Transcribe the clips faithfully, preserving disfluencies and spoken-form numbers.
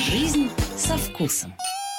Жизнь со вкусом.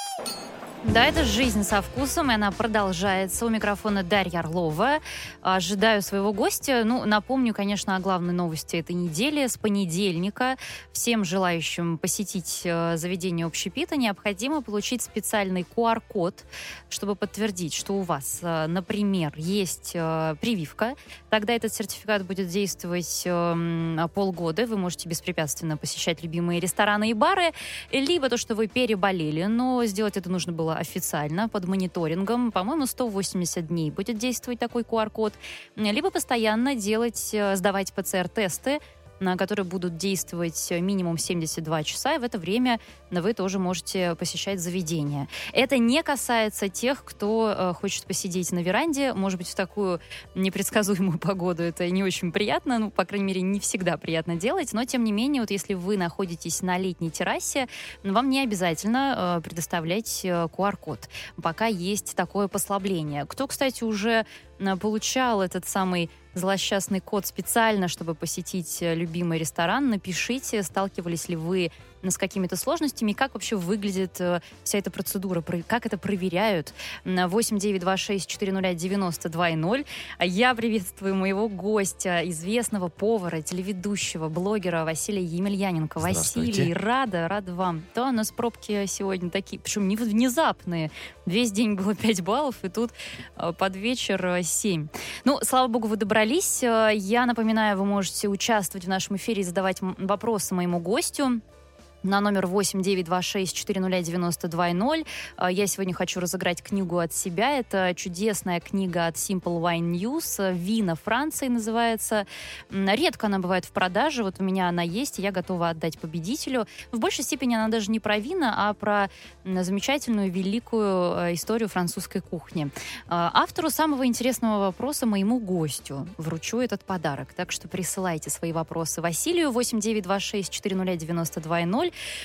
Да, это «Жизнь со вкусом», и она продолжается. У микрофона Дарья Орлова. Ожидаю своего гостя. Ну, напомню, конечно, о главной новости этой недели. С понедельника всем желающим посетить заведение общепита необходимо получить специальный ку ар код, чтобы подтвердить, что у вас, например, есть прививка. Тогда этот сертификат будет действовать полгода. Вы можете беспрепятственно посещать любимые рестораны и бары. Либо то, что вы переболели, но сделать это нужно было официально, под мониторингом. По-моему, сто восемьдесят дней будет действовать такой ку ар код. Либо постоянно делать, сдавать пэ цэ эр тесты, которые будут действовать минимум семьдесят два часа, и в это время вы тоже можете посещать заведение. Это не касается тех, кто э, хочет посидеть на веранде. Может быть, в такую непредсказуемую погоду это не очень приятно, ну, по крайней мере, не всегда приятно делать, но, тем не менее, вот если вы находитесь на летней террасе, вам не обязательно э, предоставлять э, ку ар код, пока есть такое послабление. Кто, кстати, уже э, получал этот самый злосчастный код специально, чтобы посетить любимый ресторан, напишите, сталкивались ли вы с какими-то сложностями, и как вообще выглядит э, вся эта процедура, как это проверяют. восемь девять два шесть четыре ноль девяносто два ноль. Я приветствую моего гостя, известного повара, телеведущего, блогера Василия Емельяненко. Василий, рада, рада вам. Да, у нас пробки сегодня такие, причем не внезапные. Весь день было пять баллов, и тут э, под вечер семь. Ну, слава богу, вы добрались. Я напоминаю, вы можете участвовать в нашем эфире и задавать вопросы моему гостю на номер восемь девять два шесть четыре ноль девяносто два ноль. Я сегодня хочу разыграть книгу от себя. Это чудесная книга от Simple Wine News. «Вина Франции» называется. Редко она бывает в продаже. Вот у меня она есть, и я готова отдать победителю. В большей степени она даже не про вина, а про замечательную, великую историю французской кухни. Автору самого интересного вопроса, моему гостю, вручу этот подарок. Так что присылайте свои вопросы Василию. восемь девять два шесть четыре ноль девяносто два ноль.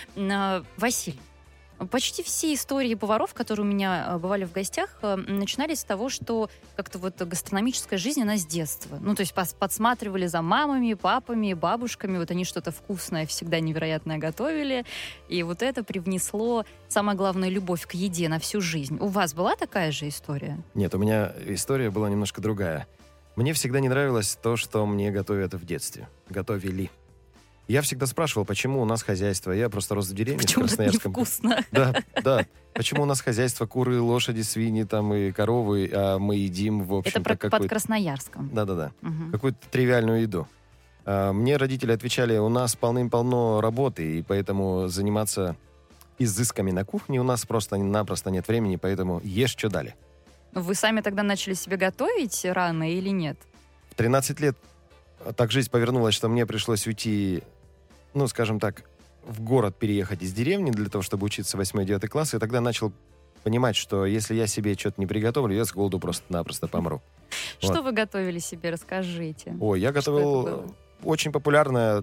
Василий, почти все истории поваров, которые у меня бывали в гостях, начинались с того, что как-то вот гастрономическая жизнь, она с детства. Ну, то есть подсматривали за мамами, папами, бабушками, вот они что-то вкусное, всегда невероятное готовили, и вот это привнесло, самое главное, любовь к еде на всю жизнь. У вас была такая же история? Нет, у меня история была немножко другая. Мне всегда не нравилось то, что мне готовят в детстве. Готовили. Я всегда спрашивал, почему у нас хозяйство. Я просто рос в деревне. Почему это невкусно? Да, да. Почему у нас хозяйство, куры, лошади, свиньи там и коровы, а мы едим, в общем-то, Это под Красноярском. Да-да-да. Угу. Какую-то тривиальную еду. А, мне родители отвечали, у нас полным-полно работы, и поэтому заниматься изысками на кухне у нас просто-напросто нет времени, поэтому ешь, что дали. Вы сами тогда начали себе готовить рано или нет? В тринадцать лет так жизнь повернулась, что мне пришлось уйти, ну, скажем так, в город переехать из деревни для того, чтобы учиться восьмой-девятый класс, и тогда начал понимать, что если я себе что-то не приготовлю, я с голоду просто-напросто помру. Что вот. вы готовили себе, расскажите. Ой, я готовил очень популярное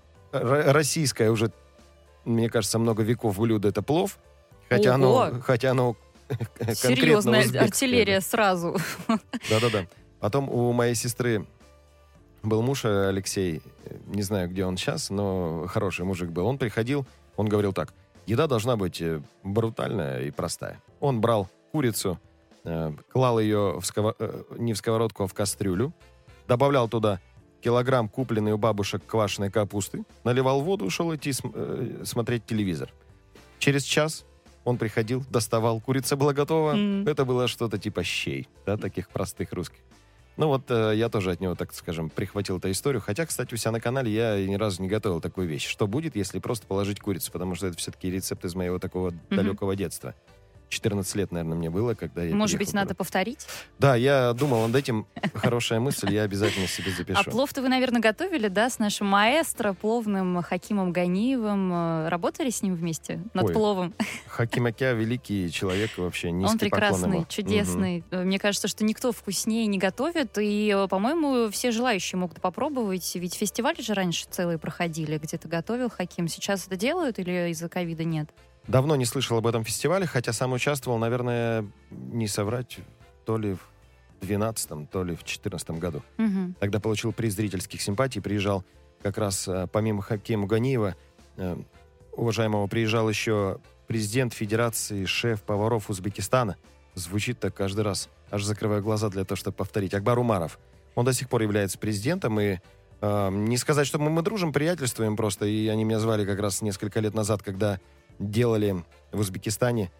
российское уже, мне кажется, много веков блюдо — это плов, хотя Ого! оно, хотя оно конкретно Серьезная узбекское. артиллерия сразу. Да-да-да. Потом у моей сестры был муж Алексей, не знаю, где он сейчас, но хороший мужик был. Он приходил, он говорил так: еда должна быть брутальная и простая. Он брал курицу, э, клал ее в сковор... э, не в сковородку, а в кастрюлю, добавлял туда килограмм купленной у бабушек квашеной капусты, наливал воду, ушел идти см... э, смотреть телевизор. Через час он приходил, доставал, курица была готова. Mm. Это было что-то типа щей, да, таких простых русских. Ну вот э, я тоже от него, так скажем, прихватил эту историю. Хотя, кстати, у себя на канале я ни разу не готовил такую вещь. Что будет, если просто положить курицу? Потому что это все-таки рецепт из моего такого mm-hmm. далекого детства. четырнадцать лет, наверное, мне было, когда я Может быть, надо повторить? Да, я думал над этим. Хорошая мысль, я обязательно себе запишу. А плов-то вы, наверное, готовили, да, с нашим маэстро, пловным Хакимом Ганиевым? Работали с ним вместе над Ой, пловом? Хаким Акя — великий человек, вообще низкий Он прекрасный, поклон ему. чудесный. Угу. Мне кажется, что никто вкуснее не готовит. И, по-моему, все желающие могут попробовать. Ведь фестивали же раньше целые проходили, где-то готовил Хаким. Сейчас это делают или из-за ковида нет? Давно не слышал об этом фестивале, хотя сам участвовал, наверное, не соврать, то ли в двенадцатом, то ли в четырнадцатом году. Угу. Тогда получил приз зрительских симпатий, приезжал как раз, помимо Хакима Ганиева, уважаемого приезжал еще президент Федерации шеф-поваров Узбекистана. Звучит так каждый раз. Аж закрываю глаза для того, чтобы повторить. Акбар Умаров. Он до сих пор является президентом. И э, не сказать, что мы, мы дружим, приятельствуем просто. И они меня звали как раз несколько лет назад, когда делали в Узбекистане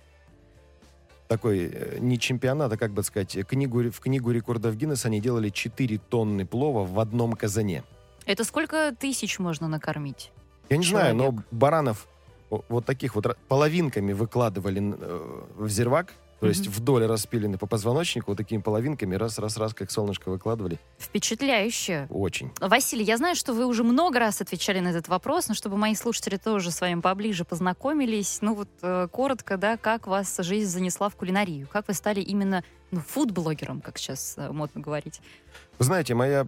такой, э, не чемпионат, а, как бы сказать, книгу, в книгу рекордов Гиннесса они делали четыре тонны плова в одном казане. Это сколько тысяч можно накормить? Я не Человек. знаю, но баранов вот таких вот половинками выкладывали э, в зирвак. То mm-hmm. есть вдоль распилены по позвоночнику, вот такими половинками, раз-раз-раз, как солнышко выкладывали. Впечатляюще. Очень. Василий, я знаю, что вы уже много раз отвечали на этот вопрос, но чтобы мои слушатели тоже с вами поближе познакомились, ну вот э, коротко, да, как вас жизнь занесла в кулинарию? Как вы стали именно, ну, фуд-блогером, как сейчас э, модно говорить? Вы знаете, моя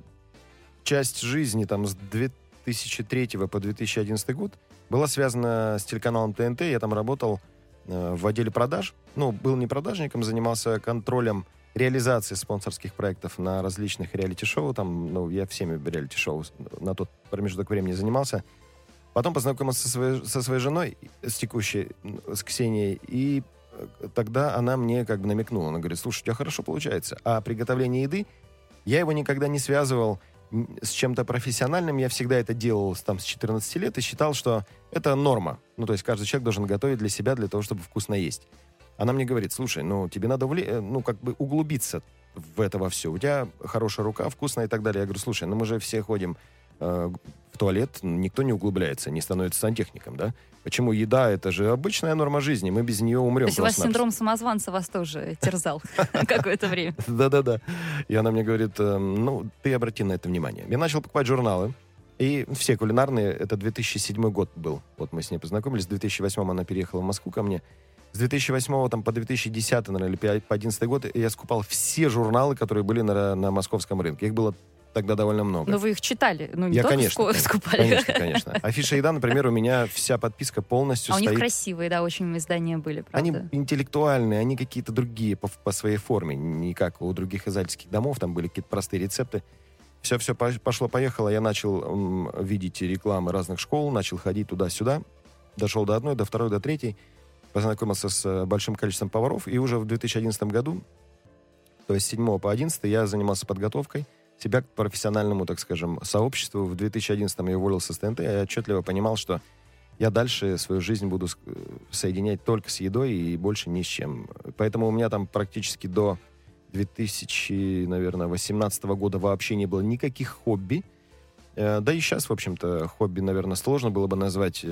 часть жизни там с две тысячи третьего по две тысячи одиннадцатый год была связана с телеканалом Т Н Т. Я там работал в отделе продаж. Ну, был не продажником, занимался контролем реализации спонсорских проектов на различных реалити-шоу. Там, ну, я всеми реалити-шоу на тот промежуток времени занимался. Потом познакомился со своей, со своей женой, с текущей, с Ксенией, и тогда она мне как бы намекнула. Она говорит, слушай, у тебя хорошо получается. А приготовление еды, я его никогда не связывал с чем-то профессиональным. Я всегда это делал там, с четырнадцати лет и считал, что это норма. Ну, то есть каждый человек должен готовить для себя, для того, чтобы вкусно есть. Она мне говорит, слушай, ну, тебе надо увле... ну, как бы углубиться в это во все. У тебя хорошая рука, вкусная и так далее. Я говорю, слушай, ну мы же все ходим э, в туалет, никто не углубляется, не становится сантехником, да? Почему еда — это же обычная норма жизни, мы без нее умрем. То есть у вас синдром самозванца вас тоже терзал какое-то время. Да-да-да. И она мне говорит, ну, ты обрати на это внимание. Я начал покупать журналы, и все кулинарные, это две тысячи седьмой год был. Вот мы с ней познакомились, в две тысячи восьмом она переехала в Москву ко мне. С две тысячи восьмого там, по две тысячи десятый, наверное, или по одиннадцатый год я скупал все журналы, которые были на, на московском рынке. Их было тогда довольно много. Но вы их читали, ну не я, только конечно, ску- скупали. Конечно, конечно. Афиша еда, например, у меня вся подписка полностью а стоит. А у них красивые, да, очень издания были, правда? Они интеллектуальные, они какие-то другие по, по своей форме, не как у других издательских домов, там были какие-то простые рецепты. Все-все пошло-поехало, я начал м, видеть рекламы разных школ, начал ходить туда-сюда, дошел до одной, до второй, до третьей, познакомился с большим количеством поваров, и уже в две тысячи одиннадцатом году, то есть с седьмого по одиннадцатый, я занимался подготовкой себя к профессиональному, так скажем, сообществу. В две тысячи одиннадцатом я уволился с Т Н Т, я отчетливо понимал, что я дальше свою жизнь буду соединять только с едой и больше ни с чем. Поэтому у меня там практически до две тысячи восемнадцатого года вообще не было никаких хобби. Да и сейчас, в общем-то, хобби, наверное, сложно было бы назвать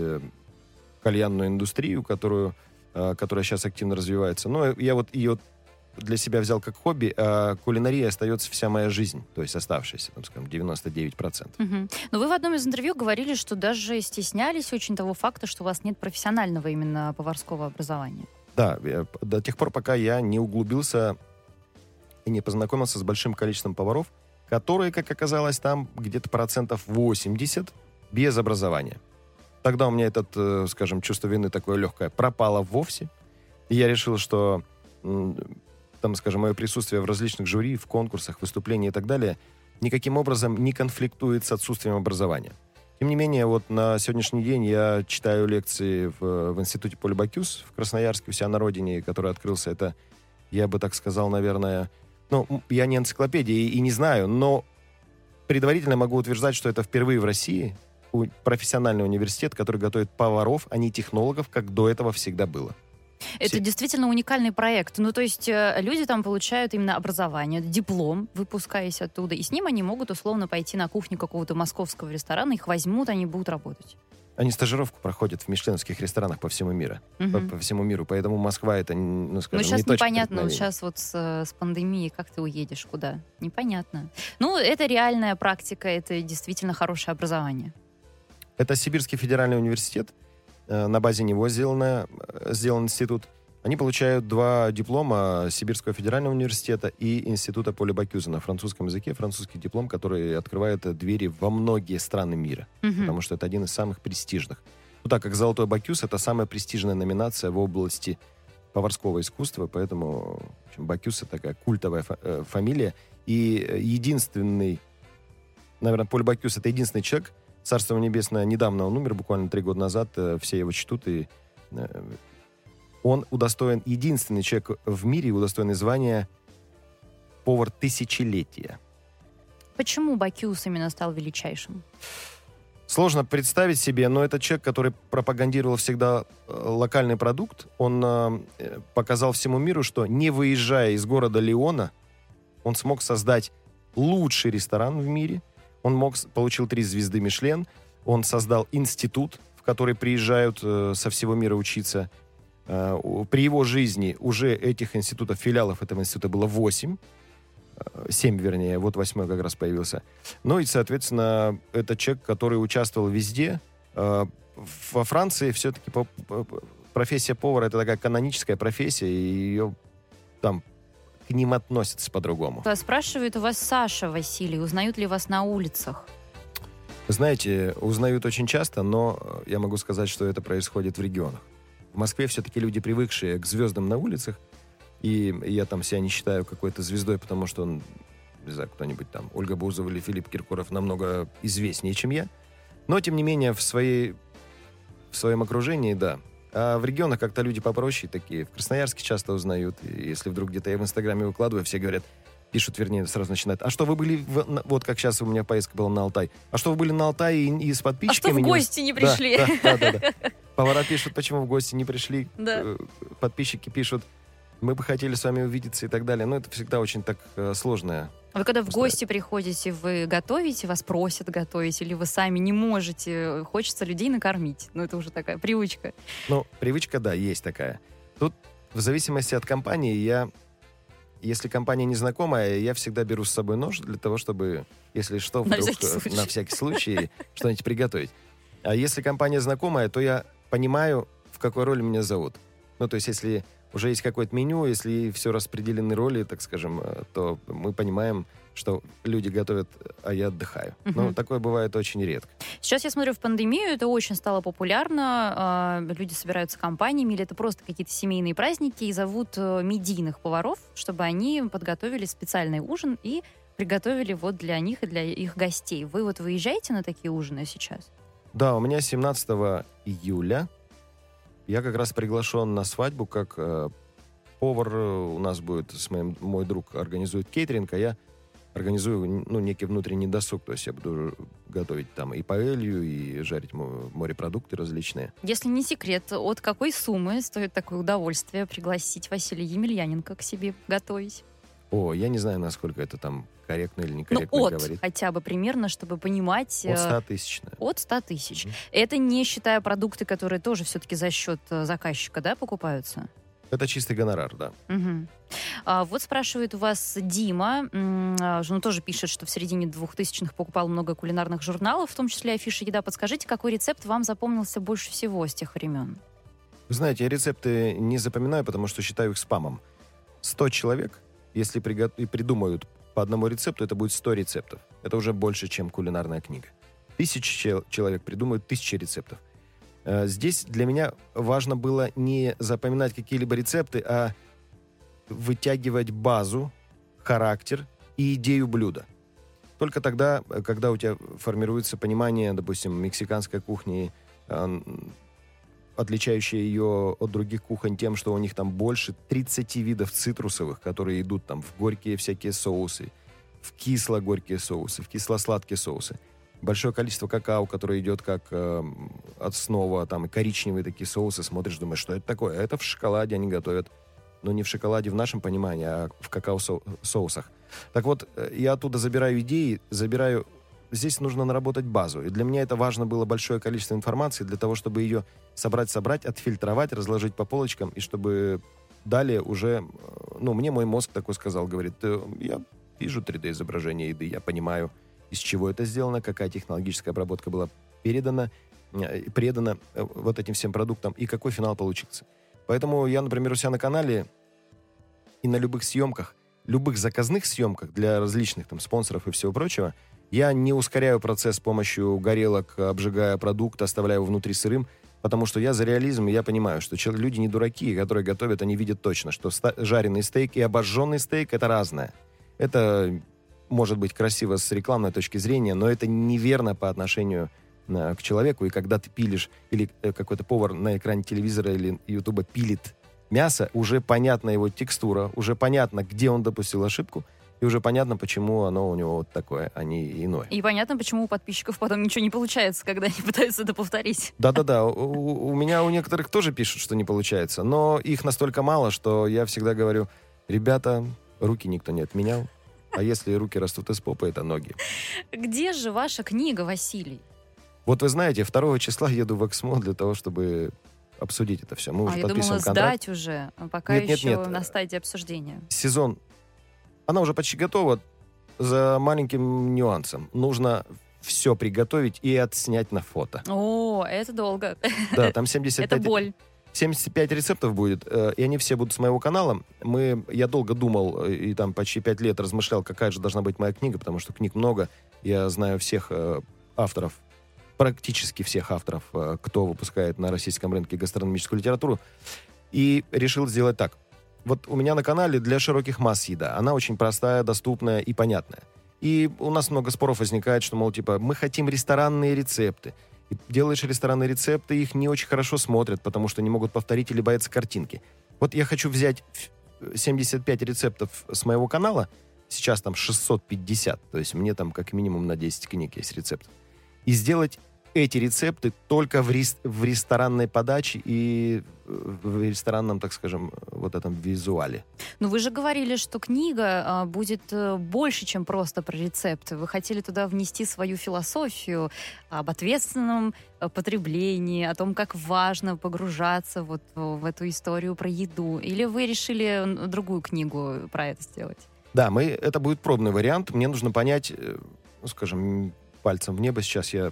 кальянную индустрию, которую, которая сейчас активно развивается. Но я вот ее для себя взял как хобби, а кулинария остается вся моя жизнь, то есть оставшаяся, там, скажем, девяносто девять процентов. Угу. Но вы в одном из интервью говорили, что даже стеснялись очень того факта, что у вас нет профессионального именно поварского образования. Да, до тех пор, пока я не углубился и не познакомился с большим количеством поваров, которые, как оказалось, там где-то процентов восемьдесят без образования. Тогда у меня это, скажем, чувство вины такое легкое пропало вовсе, и я решил, что там, скажем, мое присутствие в различных жюри, в конкурсах, выступлениях и так далее никаким образом не конфликтует с отсутствием образования. Тем не менее, вот на сегодняшний день я читаю лекции в, в институте Поли Бокюс в Красноярске, у себя на родине, который открылся. Это, я бы так сказал, наверное... Ну, я не энциклопедия и, и не знаю, но предварительно могу утверждать, что это впервые в России профессиональный университет, который готовит поваров, а не технологов, как до этого всегда было. Это Все. действительно уникальный проект. Ну, то есть люди там получают именно образование, диплом, выпускаясь оттуда, и с ним они могут условно пойти на кухню какого-то московского ресторана, их возьмут, они будут работать. Они стажировку проходят в мишленовских ресторанах по всему миру. Угу. По, по всему миру. Поэтому Москва это, ну, скажем, ну, сейчас не точка непонятно, вот преткновения. сейчас вот с, с пандемией, как ты уедешь, куда? Непонятно. Ну, это реальная практика, это действительно хорошее образование. Это Сибирский федеральный университет. На базе него сделано, сделан институт. Они получают два диплома Сибирского федерального университета и института Поли Бокюза на французском языке. Французский диплом, который открывает двери во многие страны мира. Угу. Потому что это один из самых престижных. Ну, так как «Золотой Бокюс» — это самая престижная номинация в области поварского искусства, поэтому в общем, Бокюс — это такая культовая фа- фамилия. И единственный, наверное, Поль Бокюс — это единственный человек, царство небесное, недавно он умер, буквально три года назад, все его чтут, и он удостоен, единственный человек в мире, удостоенный звания повар тысячелетия. Почему Бакюс именно стал величайшим? Сложно представить себе, но это человек, который пропагандировал всегда локальный продукт. Он э, показал всему миру, что не выезжая из города Лиона, он смог создать лучший ресторан в мире. Он мог, получил три звезды Мишлен. Он создал институт, в который приезжают э, со всего мира учиться. Э, при его жизни уже этих институтов, филиалов этого института было восемь. Семь, вернее, вот восьмой как раз появился. Ну и, соответственно, это человек, который участвовал везде. Во Франции все-таки профессия повара — это такая каноническая профессия, и ее там к ним относятся по-другому. Спрашивает у вас Саша Василий, узнают ли вас на улицах? Знаете, узнают очень часто, но я могу сказать, что это происходит в регионах. В Москве все-таки люди, привыкшие к звездам на улицах, и я там себя не считаю какой-то звездой, потому что, он, не знаю, кто-нибудь там, Ольга Бузова или Филипп Киркоров намного известнее, чем я. Но, тем не менее, в, своей, в своем окружении, да. А в регионах как-то люди попроще такие. В Красноярске часто узнают. И если вдруг где-то я в Инстаграме выкладываю, все говорят, пишут, вернее, сразу начинают. А что вы были, в, вот как сейчас у меня поездка была на Алтай. А что вы были на Алтае и, и с подписчиками? А что в гости не пришли? Да, да, да, да, да. Повара пишут, почему в гости не пришли. Да. Подписчики пишут, мы бы хотели с вами увидеться и так далее. Но это всегда очень так э, сложное. Вы когда в гости приходите, вы готовите, вас просят готовить, или вы сами не можете, хочется людей накормить? Ну, это уже такая привычка. Ну, привычка, да, есть такая. Тут в зависимости от компании я... Если компания незнакомая, я всегда беру с собой нож для того, чтобы, если что, вдруг, на всякий случай, на всякий случай что-нибудь приготовить. А если компания знакомая, то я понимаю, в какой роли меня зовут. Ну, то есть, если уже есть какое-то меню, если все распределены роли, так скажем, то мы понимаем, что люди готовят, а я отдыхаю. Uh-huh. Но такое бывает очень редко. Сейчас я смотрю, в пандемию это очень стало популярно. Люди собираются компаниями, или это просто какие-то семейные праздники, и зовут медийных поваров, чтобы они подготовили специальный ужин и приготовили вот для них и для их гостей. Вы вот выезжаете на такие ужины сейчас? Да, у меня семнадцатого июля я как раз приглашен на свадьбу, как э, повар. У нас будет, с моим, мой друг организует кейтеринг, а я организую, ну, некий внутренний досуг. То есть я буду готовить там и паэлью, и жарить морепродукты различные. Если не секрет, от какой суммы стоит такое удовольствие пригласить Василия Емельяненко к себе готовить? О, я не знаю, насколько это там корректно или некорректно ну, от говорить. Хотя бы примерно, чтобы понимать... От ста тысяч. От ста тысяч. Mm-hmm. Это не считая продукты, которые тоже все-таки за счет заказчика, да, покупаются? Это чистый гонорар, да. Угу. А, вот спрашивает у вас Дима. Он тоже пишет, что в середине двухтысячных покупал много кулинарных журналов, в том числе афиши «Еда». Подскажите, какой рецепт вам запомнился больше всего с тех времен? Вы знаете, я рецепты не запоминаю, потому что считаю их спамом. Сто человек, если приго- и придумают по одному рецепту, это будет сто рецептов. Это уже больше, чем кулинарная книга. Тысячи чел- человек придумают тысячи рецептов. Э, здесь для меня важно было не запоминать какие-либо рецепты, а вытягивать базу, характер и идею блюда. Только тогда, когда у тебя формируется понимание, допустим, мексиканской кухни, э, отличающая ее от других кухонь тем, что у них там больше тридцати видов цитрусовых, которые идут там в горькие всякие соусы, в кисло-горькие соусы, в кисло-сладкие соусы. Большое количество какао, которое идет как э, основа, там, и коричневые такие соусы. Смотришь, думаешь, что это такое? А это в шоколаде они готовят. Но не в шоколаде в нашем понимании, а в какао-соусах. Так вот, я оттуда забираю идеи, забираю... Здесь нужно наработать базу. И для меня это важно было большое количество информации для того, чтобы ее собрать-собрать, отфильтровать, разложить по полочкам, и чтобы далее уже... Ну, мне мой мозг такой сказал, говорит, я вижу три дэ-изображение еды, я понимаю, из чего это сделано, какая технологическая обработка была передана, предана вот этим всем продуктам, и какой финал получился. Поэтому я, например, у себя на канале и на любых съемках, любых заказных съемках для различных там спонсоров и всего прочего, я не ускоряю процесс с помощью горелок, обжигая продукт, оставляя его внутри сырым, потому что я за реализм, и я понимаю, что люди не дураки, которые готовят, они видят точно, что жареный стейк и обожженный стейк — это разное. Это может быть красиво с рекламной точки зрения, но это неверно по отношению э, к человеку, и когда ты пилишь, или э, какой-то повар на экране телевизора или ютуба пилит мясо, уже понятна его текстура, уже понятно, где он допустил ошибку, и уже понятно, почему оно у него вот такое, а не иное. И понятно, почему у подписчиков потом ничего не получается, когда они пытаются это повторить. Да-да-да, у, у меня у некоторых тоже пишут, что не получается, но их настолько мало, что я всегда говорю, ребята, руки никто не отменял, а если руки растут из попы, это ноги. Где же ваша книга, Василий? Вот вы знаете, второго числа еду в Эксмо для того, чтобы обсудить это все. Мы А уже я подписываем думала, контракт. сдать уже, а пока Нет, нет, еще нет. на стадии обсуждения. Сезон, она уже почти готова, за маленьким нюансом. Нужно все приготовить и отснять на фото. О, это долго. Да, там семьдесят пять... Это боль. семьдесят пять рецептов будет, э, и они все будут с моего канала. Мы, я долго думал, э, и там почти пять лет размышлял, какая же должна быть моя книга, потому что книг много. Я знаю всех э, авторов, практически всех авторов, э, кто выпускает на российском рынке гастрономическую литературу. И решил сделать так. Вот у меня на канале для широких масс еда. Она очень простая, доступная и понятная. И у нас много споров возникает, что, мол, типа, мы хотим ресторанные рецепты. И делаешь ресторанные рецепты, их не очень хорошо смотрят, потому что не могут повторить или боятся картинки. Вот я хочу взять семьдесят пять рецептов с моего канала, сейчас там шестьсот пятьдесят, то есть мне там как минимум на десять книг есть рецептов, и сделать эти рецепты только в, рес- в ресторанной подаче и в ресторанном, так скажем, вот этом визуале. Но вы же говорили, что книга а, будет а, больше, чем просто про рецепты. Вы хотели туда внести свою философию об ответственном а, потреблении, о том, как важно погружаться вот в, в эту историю про еду. Или вы решили другую книгу про это сделать? Да, мы, это будет пробный вариант. Мне нужно понять, ну, скажем, пальцем в небо сейчас я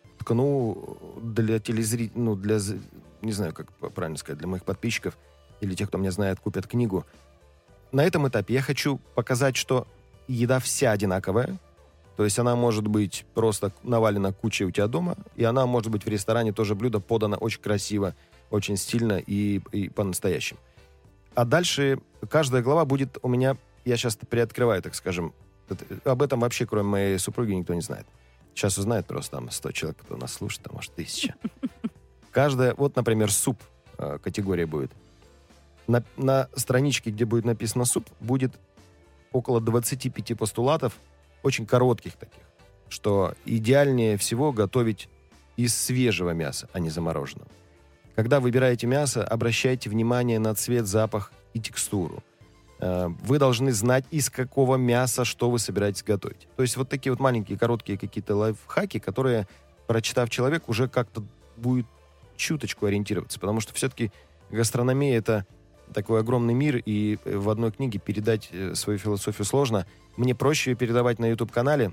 ткну для телезрителей, ну, для, не знаю, как правильно сказать, для моих подписчиков или тех, кто меня знает, купят книгу. На этом этапе я хочу показать, что еда вся одинаковая, то есть она может быть просто навалена кучей у тебя дома, и она может быть в ресторане тоже блюдо подано очень красиво, очень стильно и, и по-настоящему. А дальше каждая глава будет у меня, я сейчас приоткрываю, так скажем, это, об этом вообще, кроме моей супруги, никто не знает. Сейчас узнает просто там сто человек, кто нас слушает, а может тысяча. Каждая, вот, например, суп э, категория будет. На, на страничке, где будет написано суп, будет около двадцати пяти постулатов, очень коротких таких, что идеальнее всего готовить из свежего мяса, а не замороженного. Когда выбираете мясо, обращайте внимание на цвет, запах и текстуру. Вы должны знать, из какого мяса что вы собираетесь готовить. То есть вот такие вот маленькие, короткие какие-то лайфхаки, которые, прочитав человек, уже как-то будет чуточку ориентироваться. Потому что все-таки гастрономия — это такой огромный мир, и в одной книге передать свою философию сложно. Мне проще ее передавать на YouTube-канале,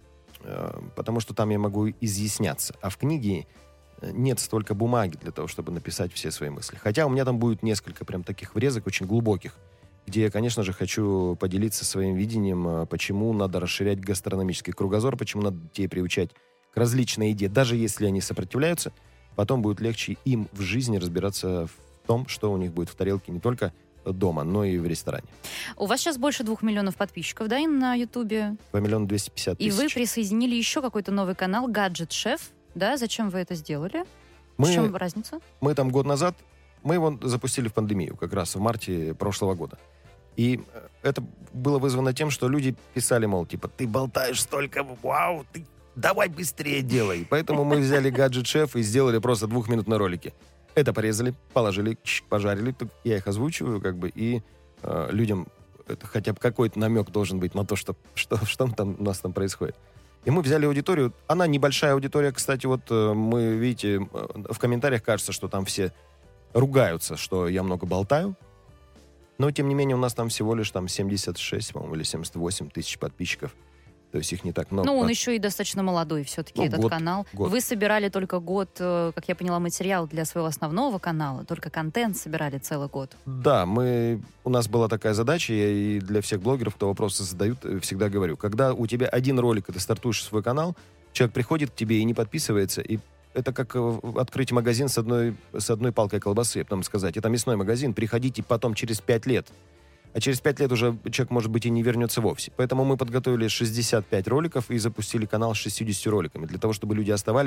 потому что там я могу изъясняться. А в книге нет столько бумаги для того, чтобы написать все свои мысли. Хотя у меня там будет несколько прям таких врезок, очень глубоких, где я, конечно же, хочу поделиться своим видением, почему надо расширять гастрономический кругозор, почему надо детей приучать к различной еде. Даже если они сопротивляются, потом будет легче им в жизни разбираться в том, что у них будет в тарелке не только дома, но и в ресторане. У вас сейчас больше двух миллионов подписчиков, да, на Ютубе? два миллиона двести пятьдесят тысяч. И вы присоединили еще какой-то новый канал «Гаджет Шеф», да? Зачем вы это сделали? Мы, в чем разница? Мы там год назад, мы его запустили в пандемию, как раз в марте прошлого года. И это было вызвано тем, что люди писали, мол, типа, ты болтаешь столько, вау, ты давай быстрее делай. Поэтому мы взяли «Гаджет Шеф» и сделали просто двухминутные ролики. Это порезали, положили, пожарили, я их озвучиваю, как бы, и э, людям это хотя бы какой-то намек должен быть на то, что, что, что там у нас там происходит. И мы взяли аудиторию, она небольшая аудитория, кстати, вот мы, видите, в комментариях кажется, что там все ругаются, что я много болтаю, но, тем не менее, у нас там всего лишь там семьдесят шесть, по-моему, или семьдесят восемь тысяч подписчиков. То есть их не так много. Ну, он еще и достаточно молодой все-таки, ну, этот год, канал. Год. Вы собирали только год, как я поняла, материал для своего основного канала, только контент собирали целый год. Да, мы, у нас была такая задача, я и для всех блогеров, кто вопросы задают, всегда говорю, когда у тебя один ролик, и ты стартуешь свой канал, человек приходит к тебе и не подписывается, и это как открыть магазин с одной, с одной палкой колбасы, а потом сказать, это мясной магазин, приходите потом через пять лет. А через пять лет уже человек, может быть, и не вернется вовсе. Поэтому мы подготовили шестьдесят пять роликов и запустили канал с шестьюдесятью роликами, для того, чтобы люди оставались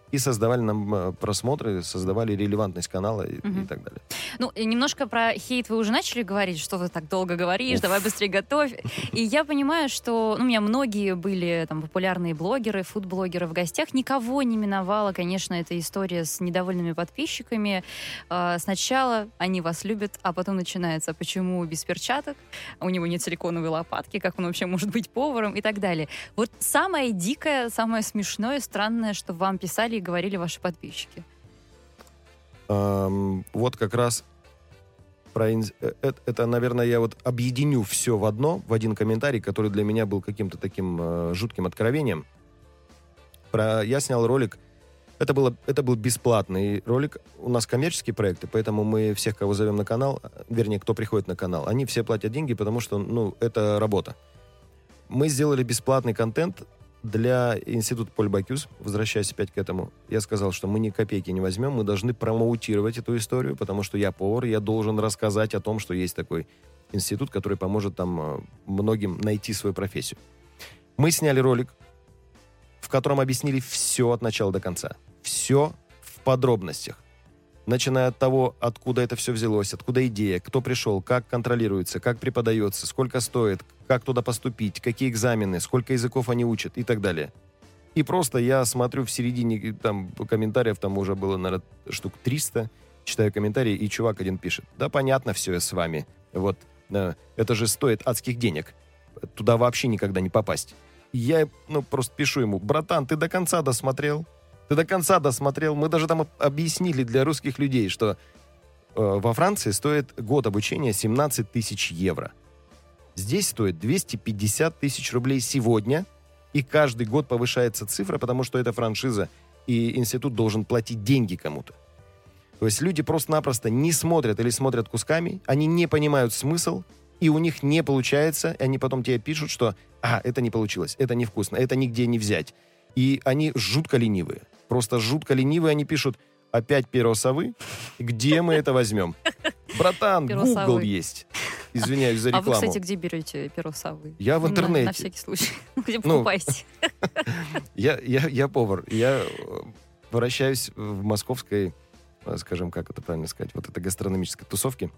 и создавали нам э, просмотры, создавали релевантность канала и, Мгм. и так далее. Ну, и немножко про хейт вы уже начали говорить, что ты так долго говоришь, Уф. давай быстрее готовь. И я понимаю, что ну, у меня многие были там популярные блогеры, фудблогеры в гостях. Никого не миновала, конечно, эта история с недовольными подписчиками. А, сначала они вас любят, а потом начинается, почему без перчаток, у него нет силиконовой лопатки, как он вообще может быть поваром и так далее. Вот самое дикое, самое смешное, странное, что вам писали и говорили ваши подписчики. Ам, вот как раз про инс- э, э- это, наверное, я вот объединю все в одно, в один комментарий, который для меня был каким-то таким э, жутким откровением. Про... Я снял ролик, это, было, это был бесплатный ролик, у нас коммерческие проекты, поэтому мы всех, кого зовем на канал, вернее, кто приходит на канал, они все платят деньги, потому что, ну, это работа. Мы сделали бесплатный контент для Института Поль Бокюс, возвращаясь опять к этому, я сказал, что мы ни копейки не возьмем, мы должны промоутировать эту историю, потому что я повар, я должен рассказать о том, что есть такой институт, который поможет там э, многим найти свою профессию. Мы сняли ролик, в котором объяснили все от начала до конца. Все в подробностях. Начиная от того, откуда это все взялось, откуда идея, кто пришел, как контролируется, как преподается, сколько стоит, как туда поступить, какие экзамены, сколько языков они учат и так далее. И просто я смотрю в середине там комментариев, там уже было, наверное, штук триста, читаю комментарии, и чувак один пишет: да понятно все с вами, вот, э, это же стоит адских денег, туда вообще никогда не попасть. И я, ну, просто пишу ему: братан, ты до конца досмотрел? Ты до конца досмотрел. Мы даже там объяснили для русских людей, что э, во Франции стоит год обучения семнадцать тысяч евро. Здесь стоит двести пятьдесят тысяч рублей сегодня, и каждый год повышается цифра, потому что это франшиза, и институт должен платить деньги кому-то. То есть люди просто-напросто не смотрят или смотрят кусками, они не понимают смысл, и у них не получается, и они потом тебе пишут, что «а, это не получилось, это невкусно, это нигде не взять». И они жутко ленивые. Просто жутко ленивые. Они пишут: опять перо совы? Где мы это возьмем? Братан, Перо Google совы. есть. Извиняюсь за рекламу. А вы, кстати, где берете перо совы? Я в На- интернете. На, всякий случай. Где Ну, покупаете? Я, я, я повар. Я э, вращаюсь в московской, э, скажем, как это правильно сказать, вот этой гастрономической тусовке.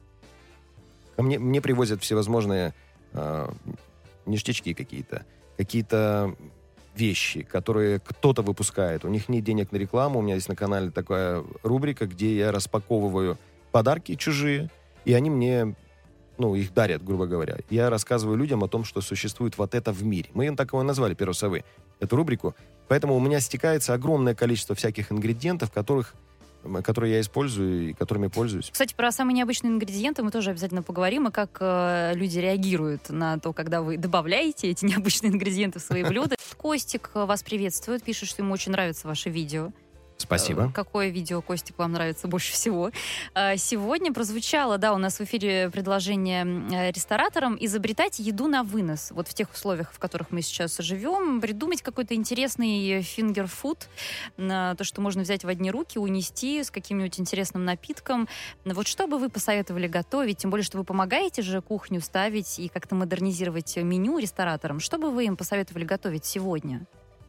Ко мне, мне привозят всевозможные э, ништячки какие-то, какие-то вещи, которые кто-то выпускает. У них нет денег на рекламу. У меня есть на канале такая рубрика, где я распаковываю подарки чужие, и они мне, ну, их дарят, грубо говоря. Я рассказываю людям о том, что существует вот это в мире. Мы так его и назвали, «Перо совы», эту рубрику. Поэтому у меня стекается огромное количество всяких ингредиентов, которых, которые я использую и которыми пользуюсь. Кстати, про самые необычные ингредиенты мы тоже обязательно поговорим, и как э, люди реагируют на то, когда вы добавляете эти необычные ингредиенты в свои блюда. Костик вас приветствует, пишет, что ему очень нравится ваше видео. Спасибо. Э, Какое видео, Костик, вам нравится больше всего? Э, Сегодня прозвучало, да, у нас в эфире предложение э, рестораторам изобретать еду на вынос. Вот в тех условиях, в которых мы сейчас живем, придумать какой-то интересный фингер-фуд, э, то, что можно взять в одни руки, унести с каким-нибудь интересным напитком. Вот что бы вы посоветовали готовить? Тем более, что вы помогаете же кухню ставить и как-то модернизировать меню рестораторам. Что бы вы им посоветовали готовить сегодня?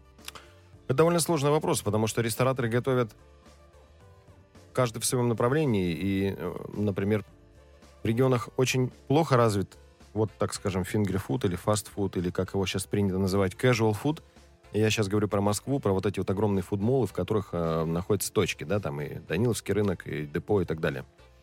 Это довольно сложный вопрос, потому что рестораторы готовят каждый в своем направлении. И, э, например, в регионах очень плохо развит, вот так скажем, фингер-фуд или фаст-фуд, или как его сейчас принято называть, casual food. И я сейчас говорю про Москву, про вот эти вот огромные фудмолы, в которых э, находятся точки, да, там и Даниловский рынок, и депо, и так далее.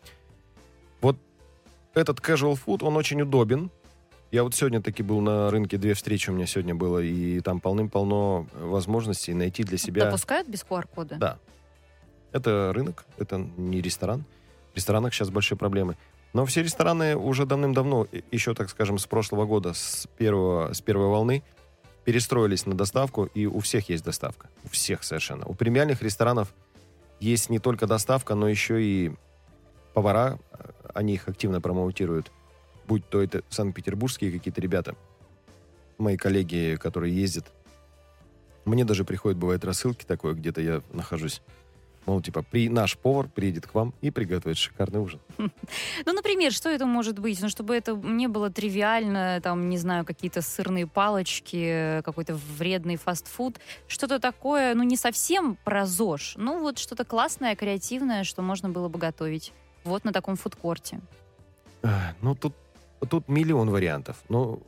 Вот этот casual food, он очень удобен. Я вот сегодня таки был на рынке, две встречи у меня сегодня было, и там полным-полно возможностей найти для себя... Допускают без ку ар кода? Да. Это рынок, это не ресторан. В ресторанах сейчас большие проблемы. Но все рестораны уже давным-давно, еще, так скажем, с прошлого года, с, первого, с первой волны, перестроились на доставку, и у всех есть доставка. У всех совершенно. У премиальных ресторанов есть не только доставка, но еще и повара, они их активно промоутируют. Будь то это санкт-петербургские какие-то ребята, мои коллеги, которые ездят. Мне даже приходят, бывает, рассылки такое, где-то я нахожусь Мол, типа, при, наш повар приедет к вам и приготовит шикарный ужин. Ну, например, что это может быть? Ну, чтобы это не было тривиально, там, не знаю, какие-то сырные палочки, какой-то вредный фастфуд. Что-то такое, ну, не совсем про ЗОЖ. Ну, вот что-то классное, креативное, что можно было бы готовить. Вот на таком фудкорте. Ну, тут, тут миллион вариантов. Ну,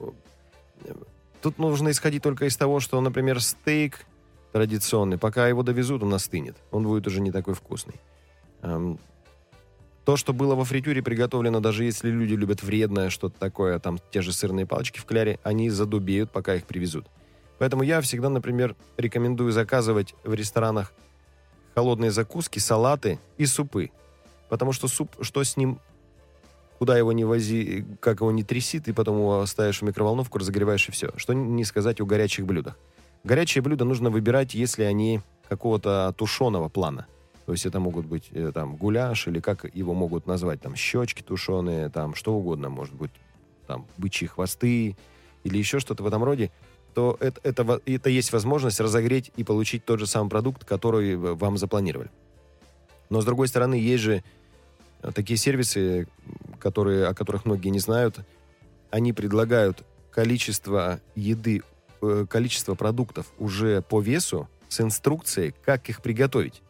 тут нужно исходить только из того, что, например, стейк традиционный, пока его довезут, он остынет. Он будет уже не такой вкусный. Эм, то, что было во фритюре приготовлено, даже если люди любят вредное что-то такое, там те же сырные палочки в кляре, они задубеют, пока их привезут. Поэтому я всегда, например, рекомендую заказывать в ресторанах холодные закуски, салаты и супы. Потому что суп, что с ним, куда его не вози, как его не тряси, ты потом его ставишь в микроволновку, разогреваешь и все. Что не сказать о горячих блюдах. Горячие блюда нужно выбирать, если они какого-то тушеного плана. То есть это могут быть э, там гуляш, или как его могут назвать, там щечки тушеные, там что угодно, может быть, там бычьи хвосты или еще что-то в этом роде, то это, это, это есть возможность разогреть и получить тот же самый продукт, который вам запланировали. Но с другой стороны, есть же такие сервисы, которые, о которых многие не знают, они предлагают количество еды, количество продуктов уже по весу с инструкцией, как их приготовить.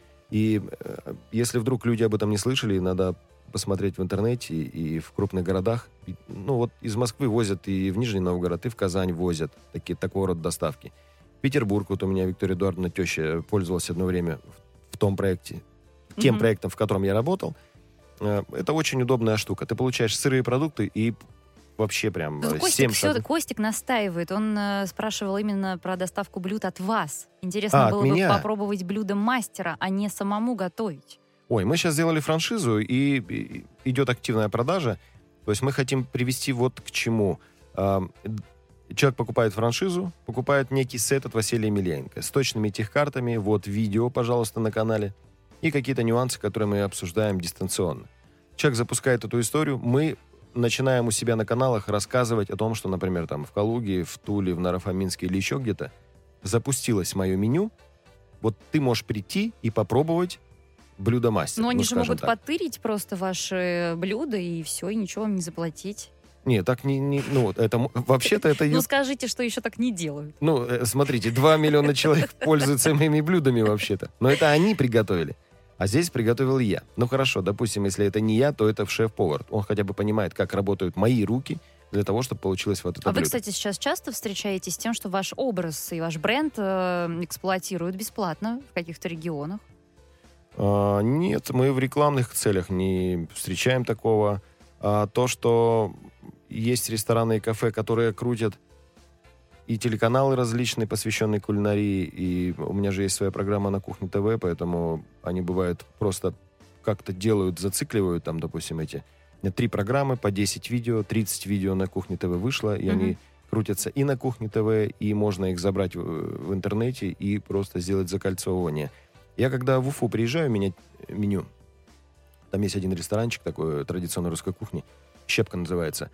И э, если вдруг люди об этом не слышали, надо посмотреть в интернете и в крупных городах. Ну вот из Москвы возят и в Нижний Новгород, и в Казань возят такие, такого рода доставки. Петербург, вот у меня Виктория Эдуардовна, теща, пользовалась одно время в, в том проекте, тем mm-hmm. проектом, в котором я работал. Э, это очень удобная штука. Ты получаешь сырые продукты и вообще прям Костик, семь все, шагов. Костик настаивает. Он э, спрашивал именно про доставку блюд от вас. Интересно а, было бы бы попробовать блюдо мастера, а не самому готовить. Ой, мы сейчас сделали франшизу, и, и идет активная продажа. То есть мы хотим привести вот к чему. А, человек покупает франшизу, покупает некий сет от Василия Емельяненко с точными техкартами, вот видео, пожалуйста, на канале, и какие-то нюансы, которые мы обсуждаем дистанционно. Человек запускает эту историю, мы начинаем у себя на каналах рассказывать о том, что, например, там в Калуге, в Туле, в Наро-Фоминске или еще где-то запустилось мое меню. Вот ты можешь прийти и попробовать блюдо мастера. Но они ну, же могут так. потырить просто ваши блюда и все, и ничего вам не заплатить. Нет, так не... не ну, это вообще-то это... Ну, скажите, что еще так не делают. Ну, смотрите, два миллиона человек пользуются моими блюдами вообще-то. Но это они приготовили. А здесь приготовил я. Ну хорошо, допустим, если это не я, то это шеф-повар. Он хотя бы понимает, как работают мои руки для того, чтобы получилось вот это а блюдо. Вы, кстати, сейчас часто встречаетесь с тем, что ваш образ и ваш бренд э, эксплуатируют бесплатно в каких-то регионах? А, нет, мы в рекламных целях не встречаем такого. А то, что есть рестораны и кафе, которые крутят и телеканалы различные, посвященные кулинарии, и у меня же есть своя программа на Кухне ТВ, поэтому они, бывают, просто как-то делают, зацикливают, там, допустим, эти три программы по десять видео, тридцать видео на Кухне ТВ вышло, и mm-hmm. они крутятся и на Кухне ТВ, и можно их забрать в, в интернете и просто сделать закольцовывание. Я когда в Уфу приезжаю менять меню, там есть один ресторанчик такой традиционной русской кухни, «Щепка» называется,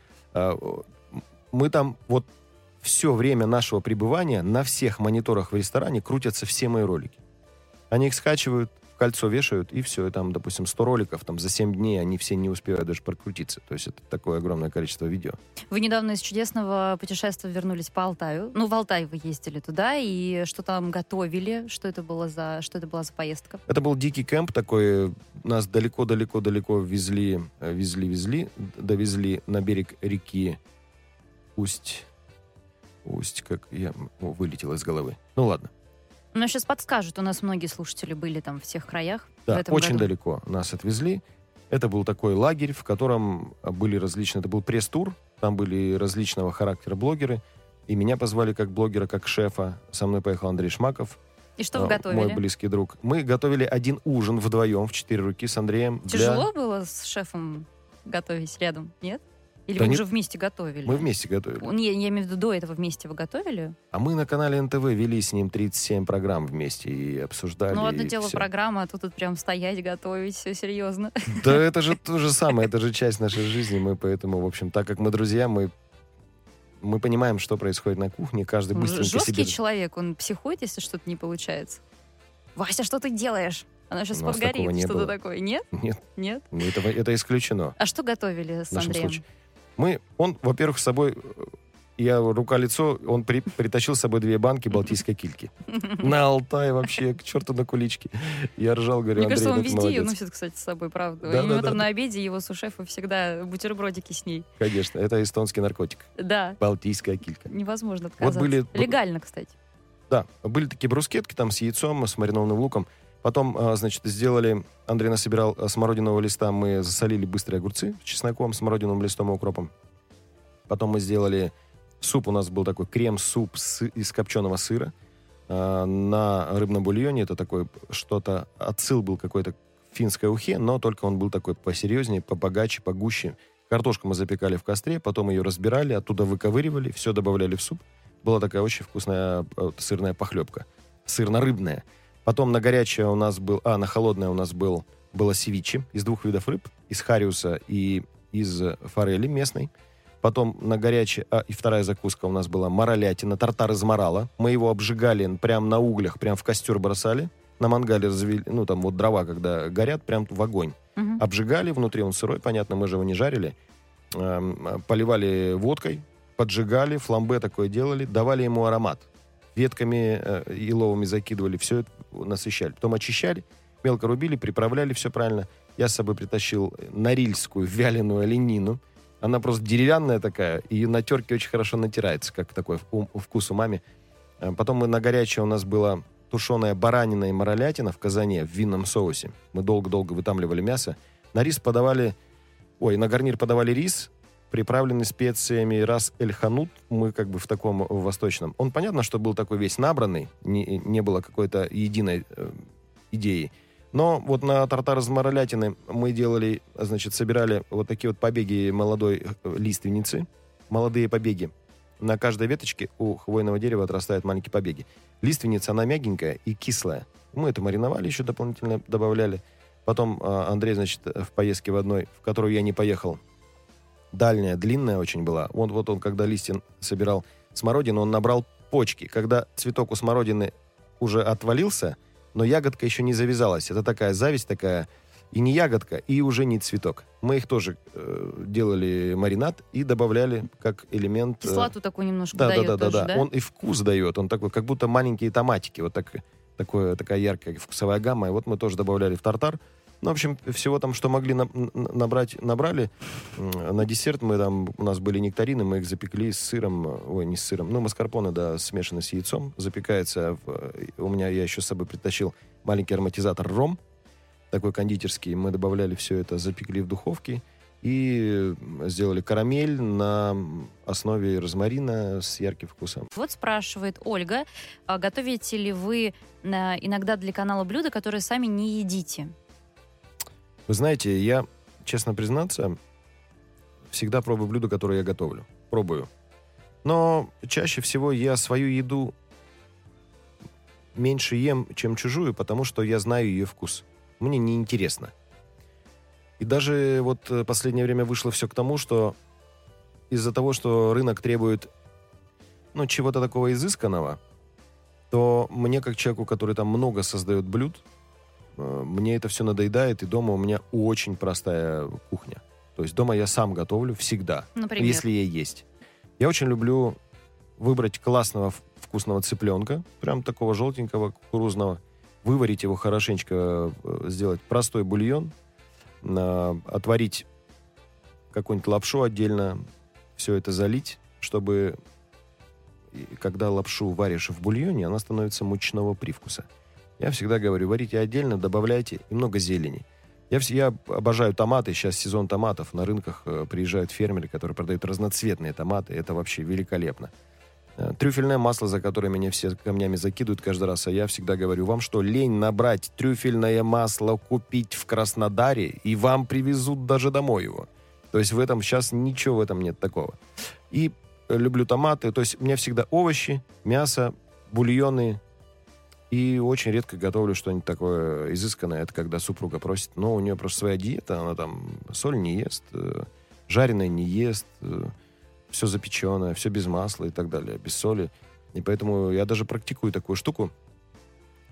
мы там вот все время нашего пребывания на всех мониторах в ресторане крутятся все мои ролики. Они их скачивают, в кольцо вешают, и все. И там, допустим, сто роликов, там за семь дней они все не успевают даже прокрутиться. То есть это такое огромное количество видео. Вы недавно из чудесного путешествия вернулись по Алтаю. Ну, в Алтай вы ездили туда, и что там готовили? Что это было за, что это была за поездка? Это был дикий кемп такой. Нас далеко-далеко-далеко везли, везли-везли, довезли на берег реки Усть... Усть, как я О, вылетел из головы. Ну ладно. Ну, сейчас подскажут. У нас многие слушатели были там в всех краях. Да, в этом очень году. далеко нас отвезли. Это был такой лагерь, в котором были различные... Это был пресс-тур. Там были различного характера блогеры. И меня позвали как блогера, как шефа. Со мной поехал Андрей Шмаков. И что вы готовили? Мой близкий друг. Мы готовили один ужин вдвоем, в четыре руки с Андреем. Тяжело для... было с шефом готовить рядом? Нет? Или да вы не... уже вместе готовили? Мы вместе готовили. Я, я имею в виду, до этого вместе вы готовили? А мы на канале эн тэ вэ вели с ним тридцать семь программ вместе и обсуждали. Ну, одно и дело все. программа, а тут, тут прям стоять, готовить, все серьезно. Да это же то же самое, это же часть нашей жизни. Мы поэтому, в общем, так как мы друзья, мы, мы понимаем, что происходит на кухне. Каждый быстренько Жесткий себе... человек, он психует, если что-то не получается. Вася, что ты делаешь? Она сейчас У нас такого подгорит, не что-то было. такое. Нет? Нет, Нет? ну, это, это исключено. А что готовили с В нашем Андреем? случае. Мы, он, во-первых, с собой, я рука-лицо, он при- притащил с собой две банки балтийской кильки. На Алтай вообще, к черту на кулички. Я ржал, говорю, Мне Андрей, кажется, он ну ты везде ее молодец. носит, кстати, с собой, правда. Да, У да, него да, там да. на обеде его сушефа всегда бутербродики с ней. Конечно, это эстонский наркотик. Да, Балтийская килька. невозможно отказаться. были- Легально, кстати. Да, были такие брускетки там с яйцом, с маринованным луком. Потом, а, значит, сделали... Андрей насобирал а, смородинового листа, мы засолили быстрые огурцы с чесноком, смородиновым листом и укропом. Потом мы сделали суп, у нас был такой крем-суп с- из копченого сыра а, на рыбном бульоне. Это такой что-то... Отсыл был какой-то к финской ухе, но только он был такой посерьезнее, побогаче, погуще. Картошку мы запекали в костре, потом ее разбирали, оттуда выковыривали, все добавляли в суп. Была такая очень вкусная э, сырная похлебка. Сырно-рыбная. Потом на горячее у нас был... А, на холодное у нас был, было севиче из двух видов рыб. Из хариуса и из форели местной. Потом на горячее... А, и вторая закуска у нас была моролятина, тартар из морала. Мы его обжигали прямо на углях, прям в костер бросали. На мангале развели... Ну, там вот дрова, когда горят, прям в огонь. Мгм. Обжигали, внутри он сырой, понятно, мы же его не жарили. Эм, поливали водкой, поджигали, фламбе такое делали, давали ему аромат. Ветками э, еловыми закидывали, все это насыщали. Потом очищали, мелко рубили, приправляли, все правильно. Я с собой притащил норильскую вяленую оленину. Она просто деревянная такая, и на терке очень хорошо натирается, как такой у- вкус умами. Э, Потом мы на горячее у нас была тушеная баранина и моролятина в казане в винном соусе. Мы долго-долго вытамливали мясо. На рис подавали... Ой, на гарнир подавали рис, приправленный специями рас эль-ханут. Мы как бы в таком в восточном. Он, понятно, что был такой весь набранный, не, не было какой-то единой э, идеи. Но вот на тартар из моролятины мы делали, значит, собирали вот такие вот побеги молодой э, лиственницы, молодые побеги. На каждой веточке у хвойного дерева отрастают маленькие побеги. Лиственница, она мягенькая и кислая. Мы это мариновали, еще дополнительно добавляли. Потом э, Андрей, значит, в поездке в одной, в которую я не поехал, дальняя, длинная очень была. Вот, вот он, когда листья собирал смородину, он набрал почки. Когда цветок у смородины уже отвалился, но ягодка еще не завязалась. Это такая зависть такая, и не ягодка, и уже не цветок. Мы их тоже э, делали маринад и добавляли как элемент... э, Кислоту такую немножко да, дает да, да, тоже, да, да? да. Он и вкус дает. Он такой, как будто маленькие томатики. Вот так, такое, такая яркая вкусовая гамма. И вот мы тоже добавляли в тартар. Ну, в общем, всего там, что могли на- н- набрать, набрали. М, На десерт мы там, у нас были нектарины, мы их запекли с сыром, ой, не с сыром, ну, маскарпоне, да, смешанный с яйцом. Запекается, в, у меня, я еще с собой притащил маленький ароматизатор ром, такой кондитерский. Мы добавляли все это, запекли в духовке и сделали карамель на основе розмарина с ярким вкусом. Вот спрашивает Ольга, а готовите ли вы э, иногда для канала блюда, которые сами не едите? Вы знаете, я, честно признаться, всегда пробую блюда, которые я готовлю. Пробую. Но чаще всего я свою еду меньше ем, чем чужую, потому что я знаю ее вкус. Мне неинтересно. И даже вот э, последнее время вышло все к тому, что из-за того, что рынок требует, ну, чего-то такого изысканного, то мне, как человеку, который там много создает блюд, э, мне это все надоедает, и дома у меня очень простая кухня. То есть дома я сам готовлю всегда, Например? если я есть. Я очень люблю выбрать классного в- вкусного цыпленка, прям такого желтенького, кукурузного, выварить его хорошенечко, э, сделать простой бульон, э, отварить какую-нибудь лапшу отдельно, все это залить, чтобы и когда лапшу варишь в бульоне, она становится мучного привкуса. Я всегда говорю, варите отдельно, добавляйте и много зелени. Я, вс- я обожаю томаты, сейчас сезон томатов, на рынках э, приезжают фермеры, которые продают разноцветные томаты, это вообще великолепно. Э, Трюфельное масло, за которое меня все камнями закидывают каждый раз, а я всегда говорю, вам что, лень набрать трюфельное масло, купить в Краснодаре, и вам привезут даже домой его? То есть в этом сейчас ничего в этом нет такого. И э, люблю томаты, то есть у меня всегда овощи, мясо, бульоны, и очень редко готовлю что-нибудь такое изысканное. Это когда супруга просит, но у нее просто своя диета, она там соль не ест, э, жареное не ест, э, все запеченное, все без масла и так далее, без соли. И поэтому я даже практикую такую штуку.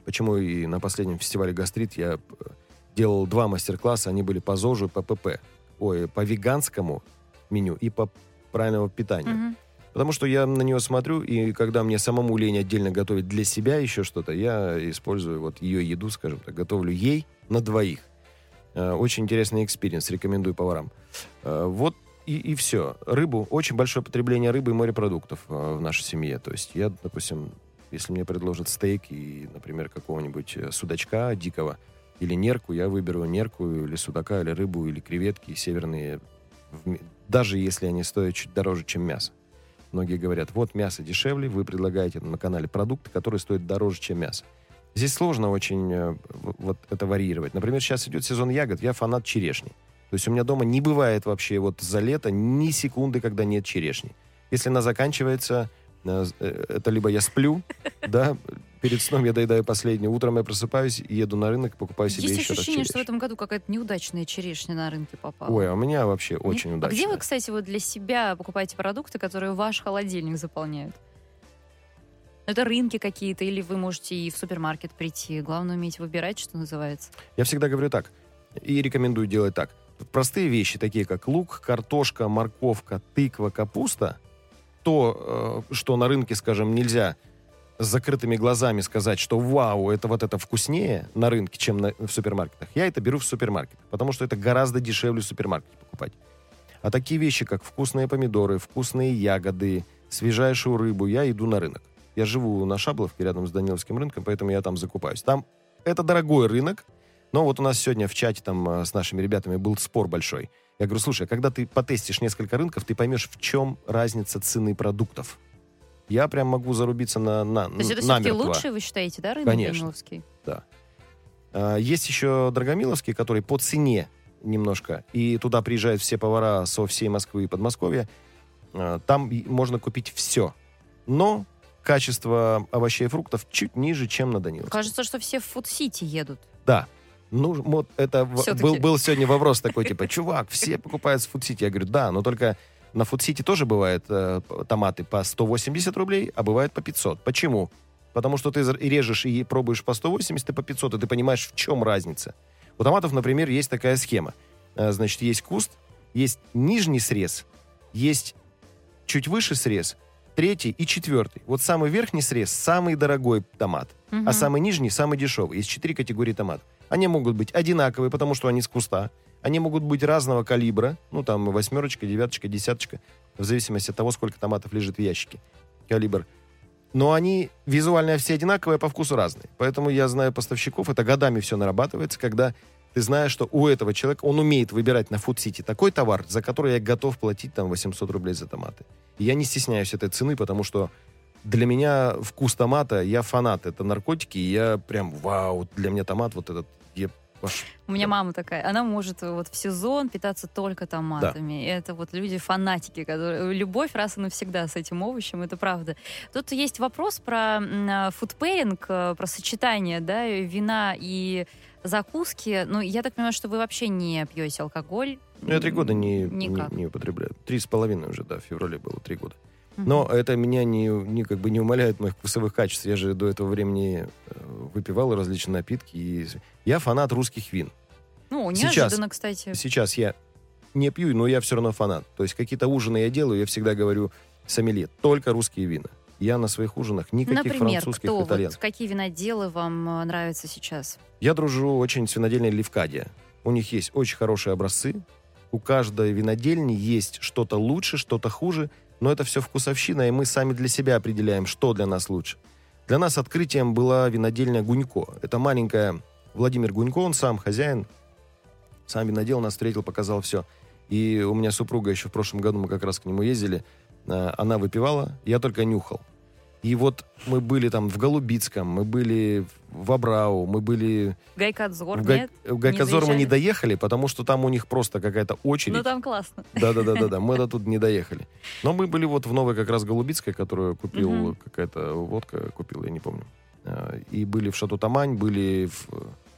почему и на последнем фестивале «Гастрит» я делал два мастер-класса, они были по ЗОЖу и по ПП. Ой, по веганскому меню и по правильному питанию. Мгм. Потому что я на нее смотрю, и когда мне самому лень отдельно готовить для себя еще что-то, я использую вот ее еду, скажем так, готовлю ей на двоих. Э, Очень интересный экспириенс, рекомендую поварам. Э, Вот и, и все. Рыбу, очень большое потребление рыбы и морепродуктов э, в нашей семье. То есть я, допустим, если мне предложат стейк и, например, какого-нибудь э, судачка дикого или нерку, я выберу нерку или судака, или рыбу, или креветки северные, в ми- даже если они стоят чуть дороже, чем мясо. Многие говорят, вот мясо дешевле, вы предлагаете на канале продукты, которые стоят дороже, чем мясо. Здесь сложно очень э, в- вот это варьировать. Например, сейчас идет сезон ягод, я фанат черешни. То есть у меня дома не бывает вообще вот за лето ни секунды, когда нет черешни. Если она заканчивается, э, э, это либо я сплю, да, перед сном я доедаю последнее, утром я просыпаюсь, еду на рынок, покупаю себе Есть еще раз ощущение, что в черешню. этом году какая-то неудачная черешня на рынке попала. Ой, а у меня вообще Нет? очень А удачно. где вы, кстати, вот для себя покупаете продукты, которые ваш холодильник заполняют? Это рынки какие-то, или вы можете и в супермаркет прийти. Главное уметь выбирать, что называется. Я всегда говорю так, и рекомендую делать так. Простые вещи, такие как лук, картошка, морковка, тыква, капуста, то, э, что на рынке, скажем, нельзя с закрытыми глазами сказать, что вау, это вот это вкуснее на рынке, чем на- в супермаркетах. Я это беру в супермаркетах, потому что это гораздо дешевле в супермаркете покупать. А такие вещи, как вкусные помидоры, вкусные ягоды, свежайшую рыбу, я иду на рынок. Я живу на Шабловке, рядом с Даниловским рынком, поэтому я там закупаюсь. Там это дорогой рынок, но вот у нас сегодня в чате там э, с нашими ребятами был спор большой. Я говорю, слушай, а когда ты потестишь несколько рынков, ты поймешь, в чем разница цены продуктов. Я прям могу зарубиться на, на, То есть это все-таки намертво. лучший, вы считаете, да, рынок Конечно. Даниловский? А, Есть еще Драгомиловский, который по цене немножко, и туда приезжают все повара со всей Москвы и Подмосковья. А, Там и- можно купить все. Но качество овощей и фруктов чуть ниже, чем на Даниловском. Кажется, что все в Фуд-Сити едут. Да. Ну, вот это в- Всё-таки. был, был сегодня вопрос такой, типа, чувак, все покупают с Фудсити. Я говорю, да, но только на Фудсити тоже бывают э, п- томаты по сто восемьдесят рублей, а бывают по пятьсот. Почему? Потому что ты зар- и режешь и пробуешь по сто восемьдесят и по пятьсот, и ты понимаешь, в чем разница. У томатов, например, есть такая схема. Э, Значит, есть куст, есть нижний срез, есть чуть выше срез, третий и четвертый. Вот самый верхний срез — самый дорогой томат, Мгм. а самый нижний — самый дешевый. Есть четыре категории томатов. Они могут быть одинаковые, потому что они с куста. Они могут быть разного калибра. Ну, там, восьмерочка, девяточка, десяточка. В зависимости от того, сколько томатов лежит в ящике. Калибр. Но они визуально все одинаковые, а по вкусу разные. Поэтому я знаю поставщиков, это годами все нарабатывается, когда ты знаешь, что у этого человека, он умеет выбирать на Фудсити такой товар, за который я готов платить там восемьсот рублей за томаты. И я не стесняюсь этой цены, потому что для меня вкус томата, я фанат, это наркотики, и я прям, вау, для меня томат вот этот, я аж- У меня мама такая, она может вот в сезон питаться только томатами. И это вот люди-фанатики, которые... Любовь раз и навсегда с этим овощем, это правда. Тут есть вопрос про фудпейринг, про сочетание, да, вина и закуски. Ну, я так понимаю, что вы вообще не пьете алкоголь. Ну, я три года не, не, Никак. не употребляю. Три с половиной уже, да, в феврале было три года. Мгм. Но это меня не, не, как бы не умаляет моих вкусовых качеств. Я же до этого времени э, выпивал различные напитки. И я фанат русских вин. Ну, Сейчас- неожиданно, кстати. Сейчас я не пью, но я все равно фанат. То есть какие-то ужины я делаю, я всегда говорю сомелье, только русские вина. Я на своих ужинах никаких Например, французских, кто, вот, итальянских. какие виноделы вам э, нравятся сейчас? Я дружу очень с винодельней Левкадия. У них есть очень хорошие образцы. У каждой винодельни есть что-то лучше, что-то хуже, но это все вкусовщина, и мы сами для себя определяем, что для нас лучше. Для нас открытием была винодельня Гунько. Это маленькая Владимир Гунько, он сам хозяин, сам винодел, нас встретил, показал все. И у меня супруга еще в прошлом году, мы как раз к нему ездили, э, она выпивала, я только нюхал. И вот мы были там в Голубицком, мы были в Абрау, мы были... Гайкадзор, В, Гай... нет? в Гайкадзор мы не заезжали? доехали, потому что там у них просто какая-то очередь. Ну, там классно. Да-да-да-да, мы до тут не доехали. Но мы были вот в новой как раз Голубицкой, которую купил, Мгм. какая-то водка купил, я не помню. А, И были в Шато Тамань, были в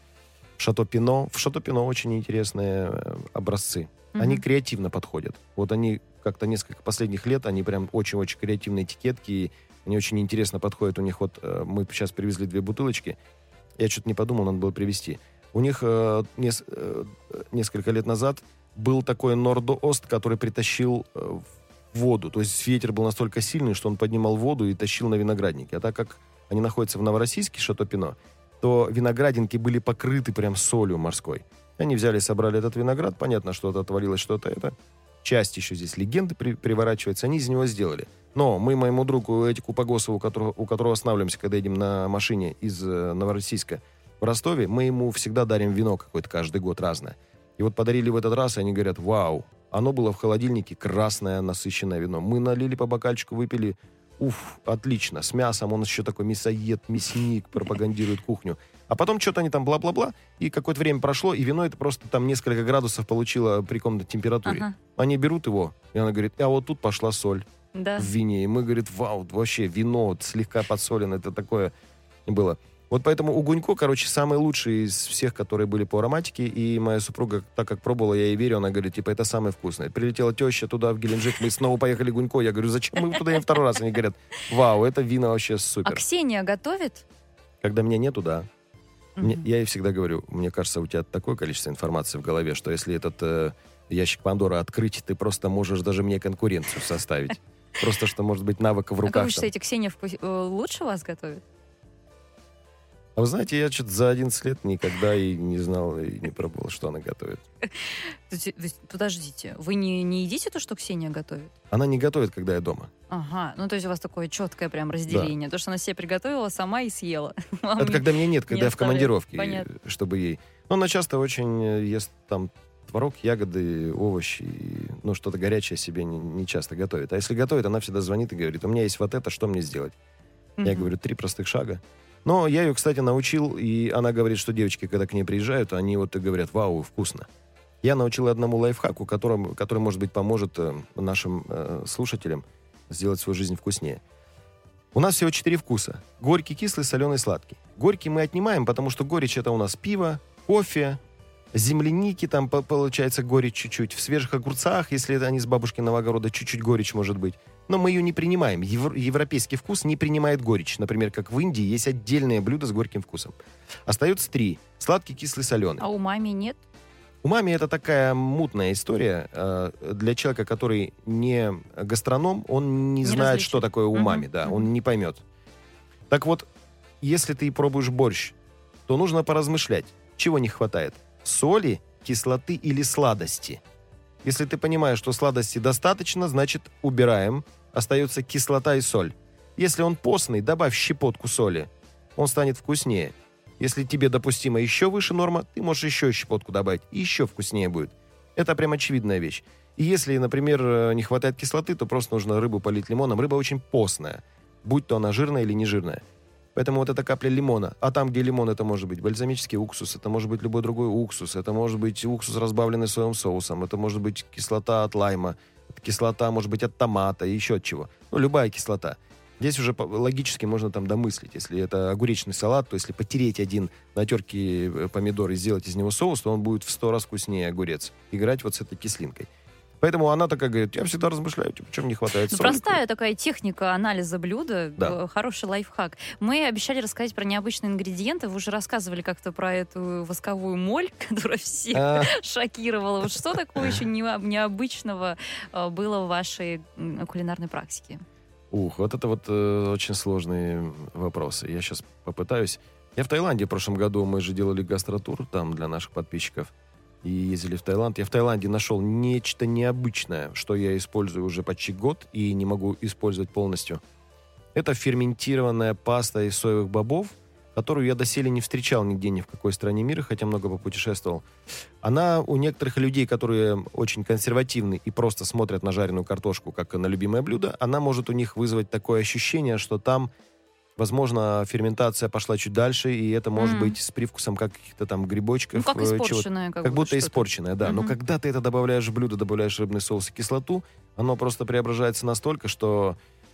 в Шато Пино. В Шато Пино очень интересные э, образцы. Они Мгм. креативно подходят. Вот они как-то несколько последних лет, они прям очень-очень креативные этикетки, и они очень интересно подходят. У них вот, э, мы сейчас привезли две бутылочки, Я что-то не подумал, надо было привезти. У них э, нес, э, несколько лет назад был такой Нордо-Ост, который притащил э, воду. То есть ветер был настолько сильный, что он поднимал воду и тащил на виноградники. А так как они находятся в Новороссийске, Шато Пино, то виноградинки были покрыты прям солью морской. Они взяли и собрали этот виноград. Понятно, что-то отвалилось, что-то это. Часть еще здесь легенды при, приворачивается. Они из него сделали. Но мы моему другу Этику Погосову, у которого, у которого останавливаемся, когда едем на машине из э, Новороссийска в Ростове, мы ему всегда дарим вино какое-то каждый год разное. И вот подарили в этот раз, и они говорят, вау, оно было в холодильнике, красное насыщенное вино. Мы налили по бокальчику, выпили. Уф, отлично, с мясом. Он еще такой мясоед, мясник, пропагандирует кухню. А потом что-то они там бла-бла-бла, и какое-то время прошло, и вино это просто там несколько градусов получило при комнатной температуре. Ага. Они берут его, и она говорит, а вот тут пошла соль да. в вине. И мы, говорит, вау, вообще вино вот, слегка подсолено, это такое было. Вот поэтому у Гунько, короче, самый лучший из всех, которые были по ароматике, и моя супруга, так как пробовала, я ей верю, она говорит, типа, это самое вкусное. Прилетела теща туда, в Геленджик, мы снова поехали Гунько, я говорю, зачем мы туда едем второй раз? Они говорят, вау, это вино вообще супер. А Ксения готовит? Когда меня нету, да. Мне, я ей всегда говорю, мне кажется, у тебя такое количество информации в голове, что если этот э, ящик Пандоры открыть, ты просто можешь даже мне конкуренцию составить. Просто что, может быть, навыка в руках. А как вы считаете, Ксения вкус... лучше вас готовит? А вы знаете, я что-то за одиннадцать лет никогда и не знал, и не пробовал, что она готовит. Подождите, вы не, не едите то, что Ксения готовит? Она не готовит, когда я дома. Ага, ну то есть у вас такое четкое прям разделение. Да. То, что она себе приготовила сама и съела. Вам это когда меня нет, когда я в командировке, понятно. Чтобы ей... Но она часто очень ест там творог, ягоды, овощи, ну что-то горячее себе не, не часто готовит. А если готовит, она всегда звонит и говорит, у меня есть вот это, что мне сделать? Mm-hmm. Я говорю, три простых шага. Но я ее, кстати, научил, и она говорит, что девочки, когда к ней приезжают, они вот и говорят, вау, вкусно. Я научил одному лайфхаку, которым, который, может быть, поможет э, нашим э, слушателям сделать свою жизнь вкуснее. У нас всего четыре вкуса. Горький, кислый, соленый, сладкий. Горький мы отнимаем, потому что горечь это у нас пиво, кофе, земляники, там получается горечь чуть-чуть. В свежих огурцах, если это они с бабушкиного огорода, чуть-чуть горечь может быть. Но мы ее не принимаем. Евро- европейский вкус не принимает горечь. Например, как в Индии есть отдельное блюдо с горьким вкусом. Остается три. Сладкий, кислый, соленый. А умами нет? Умами это такая мутная история. Для человека, который не гастроном, он не, не знает, различит. Что такое умами. Uh-huh. Да, uh-huh. Он не поймет. Так вот, если ты пробуешь борщ, то нужно поразмышлять, чего не хватает. Соли, кислоты или сладости. Если ты понимаешь, что сладости достаточно, значит убираем. Остается кислота и соль. Если он постный, добавь щепотку соли. Он станет вкуснее. Если тебе допустимо еще выше норма, ты можешь еще щепотку добавить. И еще вкуснее будет. Это прям очевидная вещь. И если, например, не хватает кислоты, то просто нужно рыбу полить лимоном. Рыба очень постная. Будь то она жирная или не жирная. Поэтому вот эта капля лимона. А там, где лимон, это может быть бальзамический уксус, это может быть любой другой уксус, это может быть уксус, разбавленный соевым соусом, это может быть кислота от лайма, кислота может быть от томата и еще от чего. Ну, любая кислота. Здесь уже логически можно там домыслить. Если это огуречный салат, то если потереть один на терке помидор и сделать из него соус, то он будет в сто раз вкуснее огурец. Играть вот с этой кислинкой. Поэтому она такая говорит, я всегда размышляю, типа, чем не хватает соли. Простая такая техника анализа блюда, да. Хороший лайфхак. Мы обещали рассказать про необычные ингредиенты. Вы уже рассказывали как-то про эту восковую моль, которая всех а... шокировала. Вот что такое еще необычного было в вашей кулинарной практике? Ух, вот это вот э, очень сложные вопросы. Я сейчас попытаюсь. Я в Таиланде в прошлом году, мы же делали гастротур там для наших подписчиков. И ездили в Таиланд. Я в Таиланде нашел нечто необычное, что я использую уже почти год и не могу использовать полностью. Это ферментированная паста из соевых бобов, которую я доселе не встречал нигде, ни в какой стране мира, хотя много попутешествовал. Она у некоторых людей, которые очень консервативны и просто смотрят на жареную картошку как на любимое блюдо, она может у них вызвать такое ощущение, что там, возможно, ферментация пошла чуть дальше, и это может mm. быть с привкусом каких-то там грибочков. Ну, как испорченное. Как, как будто что-то. Испорченное, да. Mm-hmm. Но когда ты это добавляешь в блюдо, добавляешь рыбный соус и кислоту, оно просто преображается настолько, что...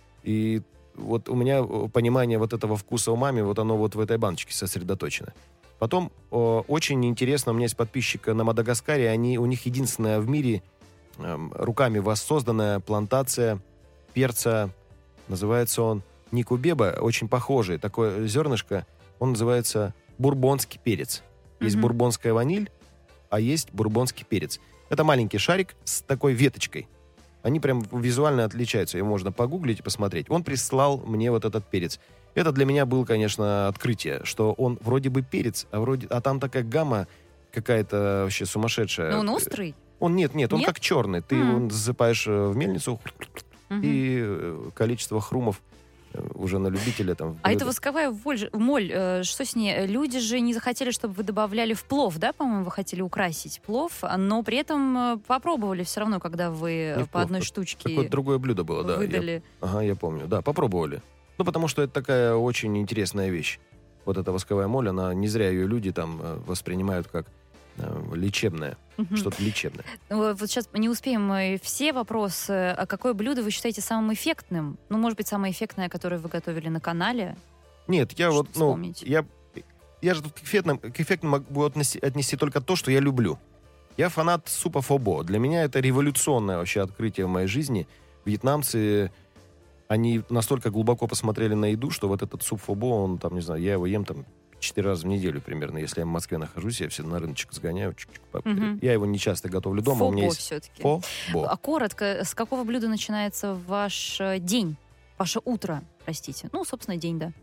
И вот у меня понимание вот этого вкуса умами, вот оно вот в этой баночке сосредоточено. Потом о, очень интересно, у меня есть подписчик на Мадагаскаре, они, у них единственная в мире э, руками воссозданная плантация перца, называется он Никубеба, очень похожий, такое зернышко, он называется бурбонский перец. Есть Мгм. бурбонская ваниль, а есть бурбонский перец. Это маленький шарик с такой веточкой. Они прям визуально отличаются. Его можно погуглить и посмотреть. Он прислал мне вот этот перец. Это для меня было, конечно, открытие, что он вроде бы перец, а, вроде, а там такая гамма какая-то вообще сумасшедшая. Но он острый. Он нет, нет, он Нет? как черный. Ты М. его засыпаешь э, в мельницу, Мгм. и э, количество хрумов э, уже на любителя там. в А это блюдо. восковая воль же- моль, э, что с ней? Люди же не захотели, чтобы вы добавляли в плов, да, по-моему, вы хотели украсить плов, но при этом э, попробовали все равно, когда вы Не э, в по плов, одной как- штучке Какое-то другое блюдо было, да. я- выдали. ага, я помню. Да, попробовали. Ну, потому что это такая очень интересная вещь. Вот эта восковая моль, она не зря ее люди там э, воспринимают как э, лечебное, Мгм. что-то лечебное. Ну, Вот сейчас не успеем мы все вопросы. А какое блюдо вы считаете самым эффектным? Ну, может быть, самое эффектное, которое вы готовили на канале? Нет, я Что вот, ну, вспомнить? я, я же тут к эффектным, к эффектным могу отнести, отнести только то, что я люблю. Я фанат супа фобо. Для меня это революционное вообще открытие в моей жизни. Вьетнамцы, они настолько глубоко посмотрели на еду, что вот этот суп фобо, он там, не знаю, я его ем там четыре раза в неделю примерно. Если я в Москве нахожусь, я всегда на рыночек сгоняю. чик-чик, пап- Мгм. Я его не часто готовлю дома. У меня Фобо есть все-таки. фобо. А коротко, с какого блюда начинается ваш э, день? Ваше утро, простите. Ну, собственно, день, да.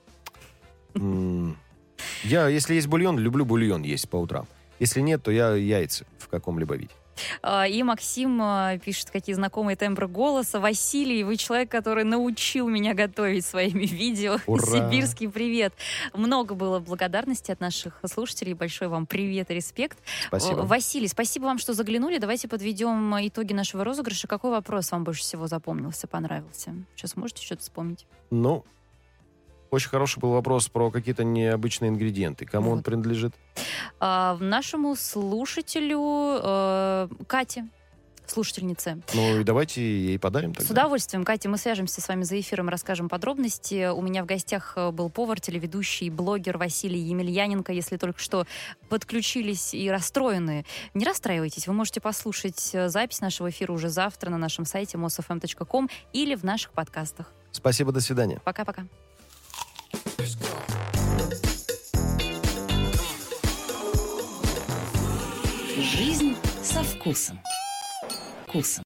М, Я, если есть бульон, люблю бульон есть по утрам. Если нет, то я яйца в каком-либо виде. А, И Максим а, пишет, какие знакомые тембры голоса. Василий, вы человек, который научил меня готовить своими видео. Ура! Сибирский привет. Много было благодарности от наших слушателей. Большой вам привет и респект. Спасибо. О, Василий, спасибо вам, что заглянули. Давайте подведем итоги нашего розыгрыша. Какой вопрос вам больше всего запомнился, понравился? Сейчас можете что-то вспомнить? Ну, очень хороший был вопрос про какие-то необычные ингредиенты. Кому он Вот. принадлежит? А, нашему слушателю э, Кате, слушательнице. Ну и давайте ей подарим тогда. С удовольствием, Катя, мы свяжемся с вами за эфиром, расскажем подробности. У меня в гостях э, был повар, телеведущий, блогер Василий Емельяненко. Если только что подключились и расстроены, не расстраивайтесь. Вы можете послушать э, запись нашего эфира уже завтра на нашем сайте мосфм точка ком или в наших подкастах. Спасибо, до свидания. Пока-пока. Жизнь со вкусом. Вкусом.